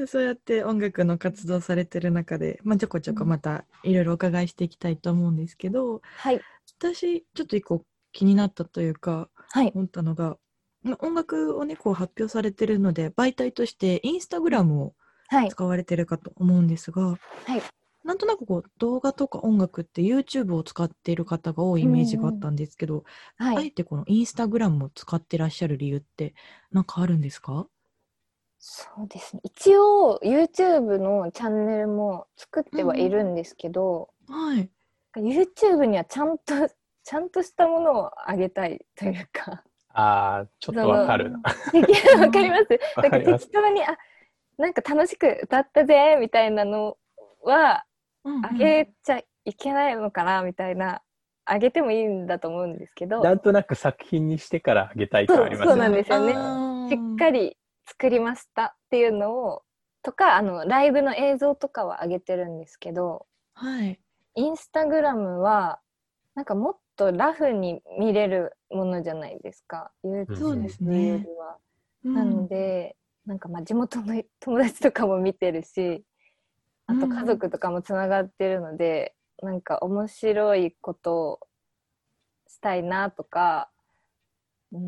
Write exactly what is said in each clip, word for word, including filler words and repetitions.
そうやって音楽の活動されてる中で、まあ、ちょこちょこまたいろいろお伺いしていきたいと思うんですけど、 はい。 私ちょっと一個気になったというかはい。 思ったのが、まあ音楽をねこう発表されてるので媒体としてインスタグラムをはい。 使われてるかと思うんですが、 はい。 なんとなくこう動画とか音楽って YouTube を使っている方が多いイうメージがあんうん。 ったんですけど、 はい。 あえてこのインスタグラムを使ってらっしゃる理由ってなんかあるんですか？ そうですね。一応 YouTube のチャンネルも作ってはいうんるんですけど、 うん。はい。 YouTube にはちゃんとちゃんとしたものを上げたいというか、 ああ、ちょっとわそのかるな。 できるわかりあます。なんかわかります。 適当にあなんか楽しく歌ったぜみたいなのはーうん上うん。 げちゃいけないのかなみたいな、上げてもいいんだと思うんですけど、 なんとなく作品にしてからあげたい感ありそうそうなんますよね。 ですよね。しっあかり作りましたっていうのをとか、あのライブの映像とかは上げてるんですけど、 あ、はい。 インスタグラムはなんかもっとラフに見れるものじゃないですか、 そうです YouTube よりね。 は。なのうん。 でなんかまあ地元の友達とかも見てるし、あと家うん。 族とかもつながってるので、なんか面白いことをしたいなとか、うん、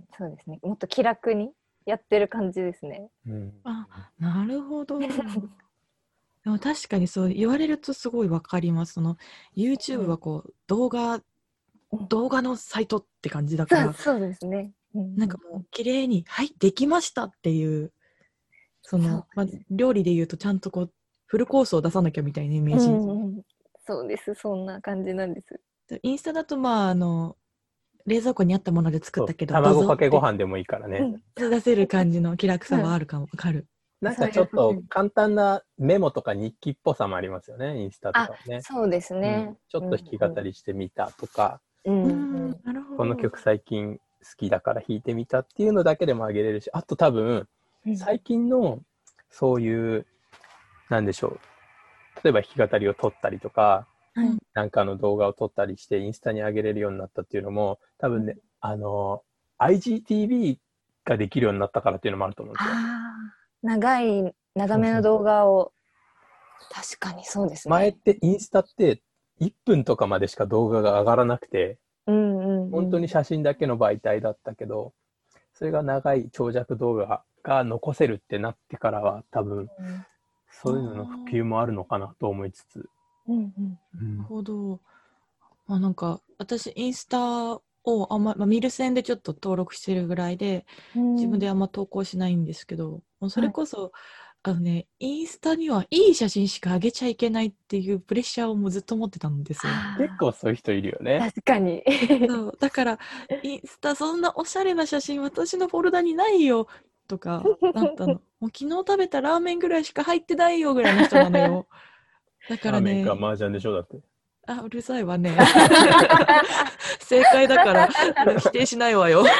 そうですね、もっと気楽にやってる感じですね。 うん。 あ、なるほど。でも確かにそう言われるとすごいわかります。そのう YouTube はんこう動画、 うん、 動画のサイトって感じだから、 そうそうですね。うんなんかもう綺麗に、はい、できましたっていう、そそうの、まあ、料理で言うとちゃんとこう、フルコースを出さなきゃみたいなイメーうジ。 んうん、そうです、そんな感じなんです。 でインスタだと、まあ、あの、冷蔵庫にあったもので作っそう、 たけど、どう卵かけごぞって飯でもいいからね。 うん、 出せる感じの気楽さうん、 はあるかも、わかる。 なんかちょっそういうこと。 と簡単なメモとか日記っぽさもありますよね、インスタとあ、 かはね。 そうですうん。 ね。 ちょっうんと弾き語りしてみたとか、 ううーん、 んうん。 なるほど。 この曲最近好きだから弾いてみたっていうのだけでもあげれるし、あと多分、 うん、 最近のそういう、なんでしょう、例えば弾き語りを撮ったりとか、 はい。 うん、 なんかの動画を撮ったりしてインスタに上げれるようになったっていうのも、多分ね、あの、アイジーティービー ができるようになったからっていうのもあると思うんですよ。 ああ、長い、長そうそう。 めの動画を、確かにそうです前っね。 てインスタっていっぷんとかまでしか動画が上がらなくて、 うんうんうん。 本当に写真だけの媒体だったけど、それが長い長尺動画が残せるってなってからは、多分、 うんそういうのの普及もあるのかなと思いつつ。 うんうん。 うん。 なるほど。あ、なんか、私、インスタをあんま、まあ、見る線でちょっと登録してるぐらいで、 う自分ん、 であんま投稿しないんですけど、もうそれはい。 こそ、あのね、インスタにはいい写真しか上げちゃいけないっていうプレッシャーをもうずっと持ってたんですよ。 結あ構そういう人いるよあ、 ね。 確かに。 そう、だから、インスタそんなおしゃれな写真私のフォルダにないよとかなったの。もう昨日食べたラーメンぐらいしか入ってないよぐらいの人なのよ。だかラーメンからね、 麻雀でしょだって。 あ、うるさいわね。正解だから否定しないわよ。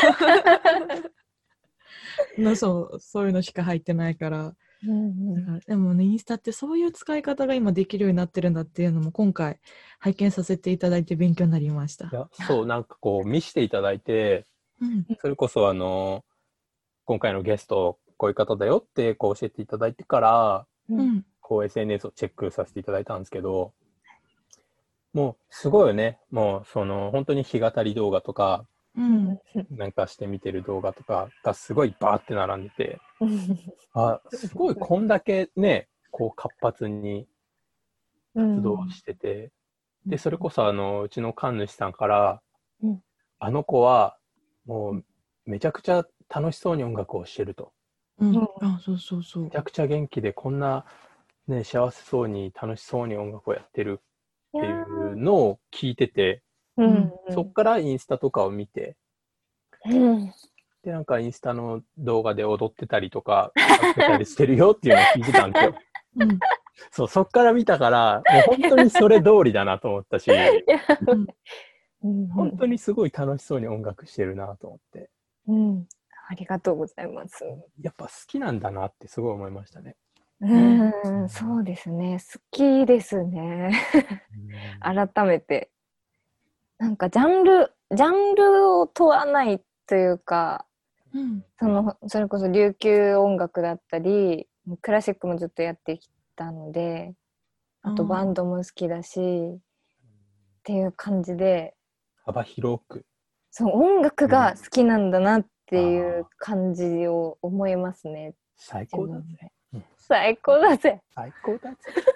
のそう、そういうのしか入ってないから。 うんうん。 だからでもね、インスタってそういう使い方が今できるようになってるんだっていうのも今回拝見させていただいて勉強になりました。 いや、そう、なんかこう見していただいて、 うん。 それこそあの、今回のゲスト、こういう方だよってこう教えていただいてから、 うん、 うん。 こう エスエヌエス をチェックさせていただいたんですけど、もうすごいよね。もうその本当に弾き語り動画とか、 ううんん。 なんかして見てる動画とかがすごいバーって並んでて、 うん。 あ、すごいこんだけね、こう活発に活動してて、で、それこそあの、うちの神主さんから、 うん、 あの子はもうめちゃくちゃ楽しそうに音楽をしてると。 うん。 うん、 あ、そうそうそう。 めちゃくちゃ元気でこんなね、幸せそうに楽しそうに音楽をやってるっていいやうのを聞いてて、 ー、ううん。 んそっからインスタとかを見て、 うん。 で、なんかインスタの動画で踊ってたりとか、歌ってたりしてるよっていうのを聞いてたんですよ。 うん。 そう、そっから見たから、もう本当にそれ通りだなと思ったし、 いや、 うん。 本当にすごい楽しそうに音楽してるなと思って、 うん、うん。ありがとうございます。 やっぱ好きなんだなってすごい思いましたね。 うね。 ん、そうですね。好きですね。改めて。なんかジャンル、ジャンルを問わないというか、 うん。 その、それこそ琉球音楽だったり、 クラシックもずっとやってきたので、あとバンドも好きだしっていう感じで、 幅広く。 そう音楽が好きなんだなっていう感じを思いますね。 最高だぜ。 うん、最高だぜ。 最高だぜ。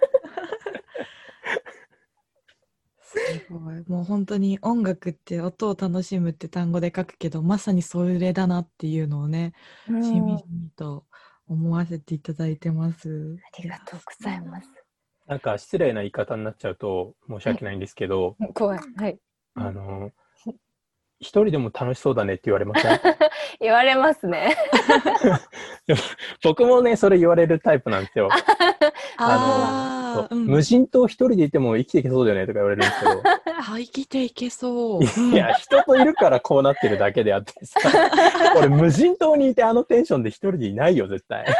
すごい。もう本当に音楽って音を楽しむって単語で書くけど、まさにそれだなっていうのをね、 うん、 しみじみと思わせていただいてます。 ありがとうございます。 なんか失礼な言い方になっちゃうと申し訳ないんですけど、 はい、怖い。はい。 あの一人でも楽しそうだねって言われません？ 言われますね。 僕もねそれ言われるタイプなんですよ。 あの、うん、無人島一人でいても生きていけそうだよねとか言われるんですけど、 あ、生きていけそう。 いや、人といるからこうなってるだけであってさ、俺無人島にいてあのテンションで一人でいないよ絶対。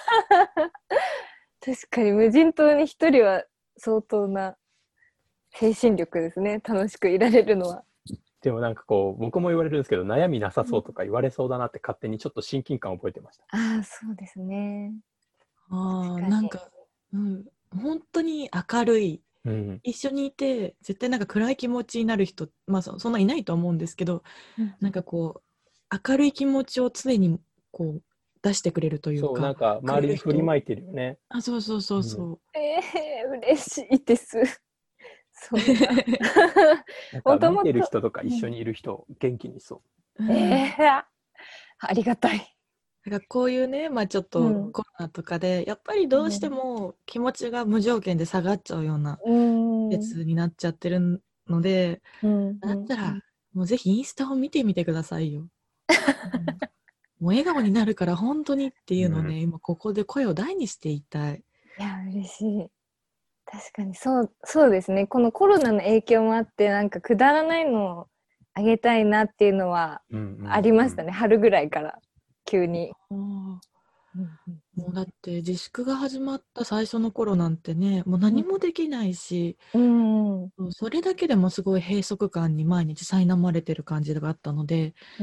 確かに無人島に一人は相当な精神力ですね。楽しくいられるのは。 でもなんかこう僕も言われるんですけど、悩みなさそうとか言われそうだなって勝手にちょっと親近感を覚えてました。 ああ、そうですね。 ああ、なんか、うん、本当に明るい、うん、一緒にいて絶対なんか暗い気持ちになる人、まあ そ, そんないないと思うんですけど、うん、なんかこう明るい気持ちを常にこう出してくれるというか、 そうなんか周りに振りまいてるよね。 あ、そうそうそうそう。うん、 ええー、嬉しいです。そうなんか見てる人とか一緒にいる人、うん、元気にそう。 えー、ありがたい。 なんかこういうね、まあちょっとコロナとかで、うん、やっぱりどうしても気持ちが無条件で下がっちゃうようなやつになっちゃってるので、うん、だったらもうぜひインスタを見てみてくださいよ。うん、もう笑顔になるから本当にっていうのをね、うん、今ここで声を大にして言いたい。 いや嬉しい。確かにそうそうですね。このコロナの影響もあってなんかくだらないのをあげたいなっていうのはありましたね、うんうんうん、春ぐらいから急に、うん、 もうだって自粛が始まった最初の頃なんてね、もう何もできないし、うんうん、それだけでもすごい閉塞感に毎日苛まれてる感じがあったので、うん、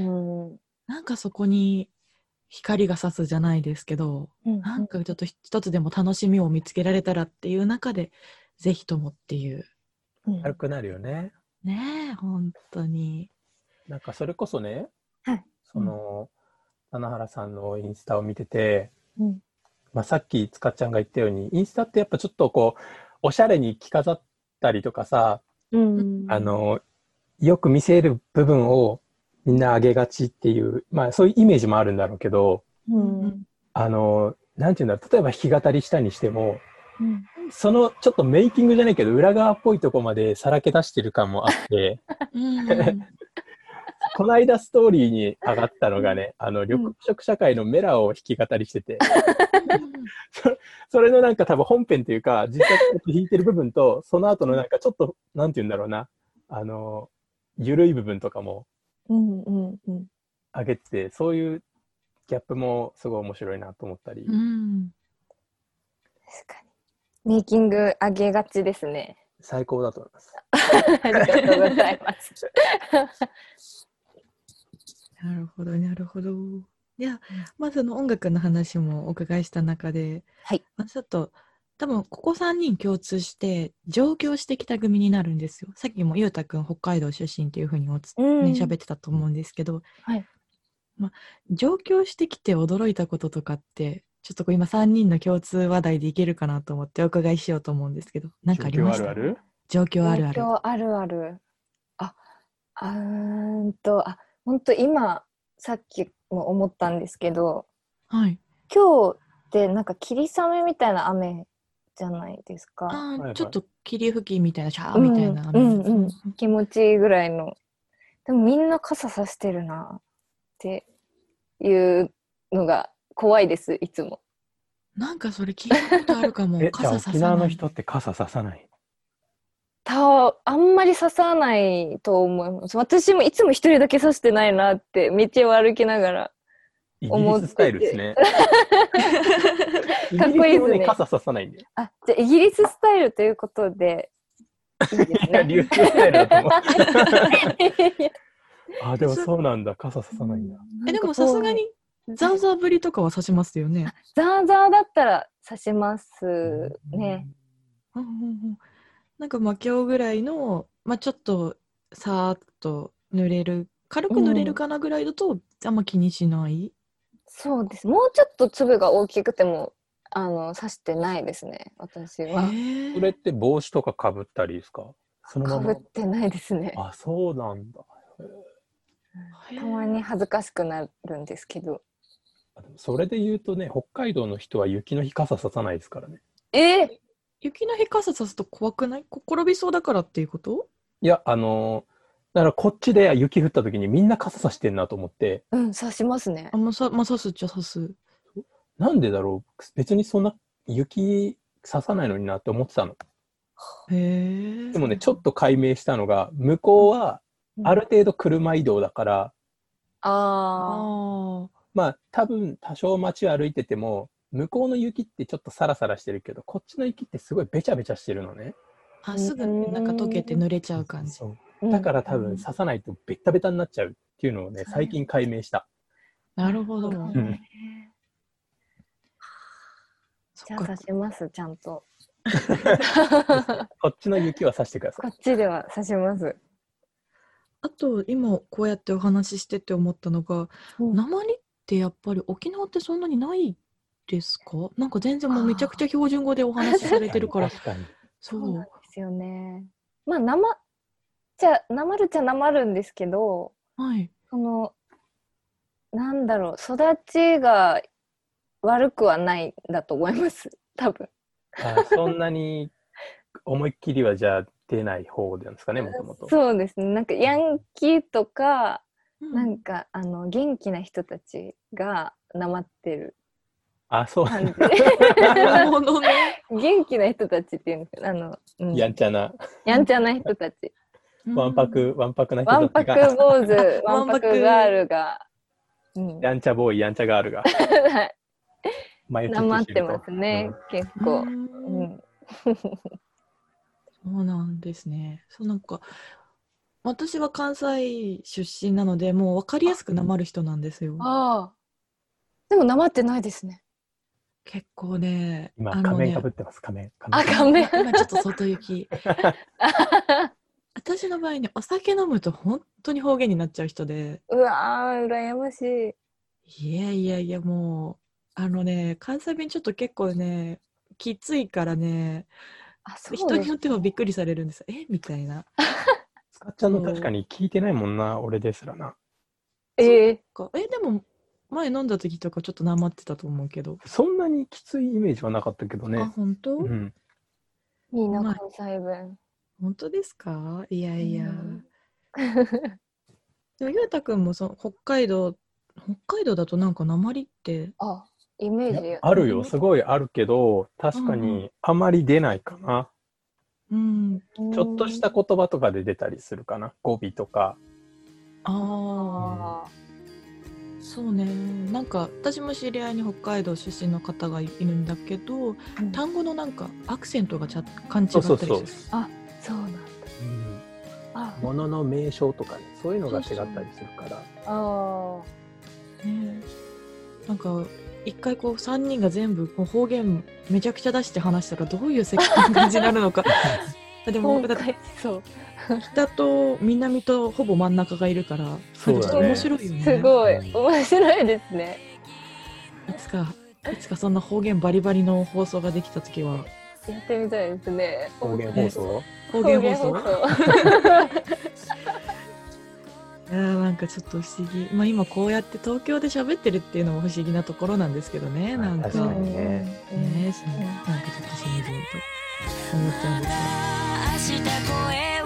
なんかそこに光が差すじゃないですけど、うんうん、なんかちょっと一つでも楽しみを見つけられたらっていう中でぜひともっていう。 軽くなるよね。 ねえ、本当に。 なんかそれこそね、 はい、 その、うん、棚原さんのインスタを見てて、 うんまあ、さっきつかっちゃんが言ったように、インスタってやっぱちょっとこう、おしゃれに着飾ったりとかさ、うん、あの、よく見せる部分をみんな上げがちっていう、まあそういうイメージもあるんだろうけど、うん、あの、なんていうんだろう、例えば弾き語りしたにしても、うん、そのちょっとメイキングじゃないけど、裏側っぽいとこまでさらけ出してる感もあって、うんこの間ストーリーに上がったのがね、あの、緑色社会のメラを弾き語りしてて、そ, それのなんか多分本編というか、実際弾いてる部分と、その後のなんかちょっと、なんていうんだろうな、あの、緩い部分とかも上げてて、そういうギャップもすごい面白いなと思ったり。うん、 確かに。メイキング上げがちですね。 最高だと思います。 ありがとうございます。 なるほど、なるほど。いや、まずの音楽の話もお伺いした中で、 はい。 まあ、ちょっと、多分ここさんにん共通して上京してきた組になるんですよ。さっきもゆうたくん北海道出身っていうふうにおつ、うんね、喋ってたと思うんですけど、 はい。 まあ、上京してきて驚いたこととかって、ちょっとこう今さんにんの共通話題でいけるかなと思ってお伺いしようと思うんですけど、何かありました？ 上京あるある？ 上京あるある。 上京あるある。あ、あーんと、あ、本当今さっきも思ったんですけど、 はい、 今日ってなんか霧雨みたいな雨じゃないですか。 あ、はいはい、ちょっと霧吹きみたいなシャーみたいな雨、 うんうんうん、気持ちいいぐらいの。でもみんな傘さしてるなっていうのが怖いです、いつも。 なんかそれ聞いたことあるかも。 え、傘ささない。じゃあ沖縄の人って傘ささない？ たあんまり刺さないと思います。私もいつも一人だけ刺してないなって道を歩きながら思ってて。イギリススタイルですね。かっこいいですね。 傘刺さないんで。 あ、じゃあイギリススタイルということでいいですね。 いや、流通スタイルだと思う。あ、でもそうなんだ。傘刺さないんだ。 え、でもさすがにザーザー降りとかは刺しますよね。 ザーザーだったら刺しますね。 うんうんうん、なんかまあ今日ぐらいの、まあ、ちょっとさーっと濡れる、軽く濡れるかなぐらいだと、うん、あんま気にしない。 そうです。もうちょっと粒が大きくてもあの刺してないですね、私は。 それって帽子とかかぶったりですか？そのまま。 かぶってないですね。 あ、そうなんだ。 たまに恥ずかしくなるんですけど。 それで言うとね、北海道の人は雪の日傘ささないですからね。 えー、 雪の日傘さすと怖くない？転びそうだからっていうこと？ いや、あのー、だからこっちで雪降った時にみんな傘さしてんなと思って。 うん、さしますね。 あ、まあ、さ、まあ、さすっちゃさす。 なんでだろう、別にそんな雪ささないのになって思ってたの。 へえ。 でもね、ちょっと解明したのが、向こうはある程度車移動だから、うん、 ああ。 まあ多分多少街を歩いてても、向こうの雪ってちょっとサラサラしてるけど、こっちの雪ってすごいベチャベチャしてるのね。 あ、すぐなんか溶けて濡れちゃう感じ。 そうそう、だから多分刺さないとベッタベタになっちゃうっていうのをね、最近解明した。 なるほど。うん、 じゃあ刺します、ちゃんと。 こっちの雪は刺してください。 こっちでは刺します。 あと今こうやってお話ししてて思ったのが、うん、鉛ってやっぱり沖縄ってそんなにないですか？なんか全然もうめちゃくちゃ標準語でお話しされてるから。 確かに。 そうなんですよね。まあなまっちゃなまるっちゃなまるんですけど、 はい、 そのなんだろう、育ちが悪くはないんだと思います多分。 あ、そんなに思いっきりはじゃあ出ない方なんですかね、もともと。 そうですね。なんかヤンキーとか、うん、なんかあの元気な人たちがなまってるあ、そう感じ。元気な人たちっていうんですか、あの、うん、 やんちゃなやんちゃな人たち。 わんぱくわんぱくな人たちが。わんぱく坊主、わんぱくガールが、 うん、やんちゃボーイ、やんちゃガールが。 なまってますね、うん、結構。うん、 そうなんですね。そうなんか私は関西出身なのでもう分かりやすくなまる人なんですよ。 ああ。でもなまってないですね。 結構ね。 今、ね、仮面かぶってます。仮面。 あ、仮面。 今ちょっと外行き。私の場合ね、お酒飲むと本当に方言になっちゃう人で。 うわー、羨ましい。 いやいやいや、もうあのね、関西弁ちょっと結構ねきついからね。あ、そうですね、人によってはびっくりされるんです。えみたいな。 スカちゃんの確かに聞いてないもんな、俺ですらな。 えー、 かえでも前飲んだ時とかちょっとなまってたと思うけど。 そんなにきついイメージはなかったけどね。 あ、本当？ うん。 いいな、関西弁。 本当ですか？いやいや。うん、でもゆうたくんもそ北海道北海道だとなんかなまりってあイメージあるよ、すごいあるけど確かにあまり出ないかな。 うん、 ちょっとした言葉とかで出たりするかな、語尾とか。 ああ、うん、そうね。なんか私も知り合いに北海道出身の方がいるんだけど、うん、単語のなんかアクセントがちゃ勘違ったりする。 そうそうそう。あ、そうなんだ。 うん、あ、物の名称とかね、そういうのが違ったりするから。 ああ、ね、なんか一回こうさんにんが全部こう方言めちゃくちゃ出して話したらどういう世界の感じになるのか。でもだってそう北と南とほぼ真ん中がいるから、 そうだね、 面白いよね。 すごい面白いですね。 いつかいつかそんな方言バリバリの放送ができた時はやってみたいですね。 方言放送？ 方言放送。いやなんかちょっと不思議。まあ今こうやって東京で喋ってるっていうのも不思議なところなんですけどね。なんか確かにね。 ね、なんかちょっとしみじみと思っちゃうんですよ。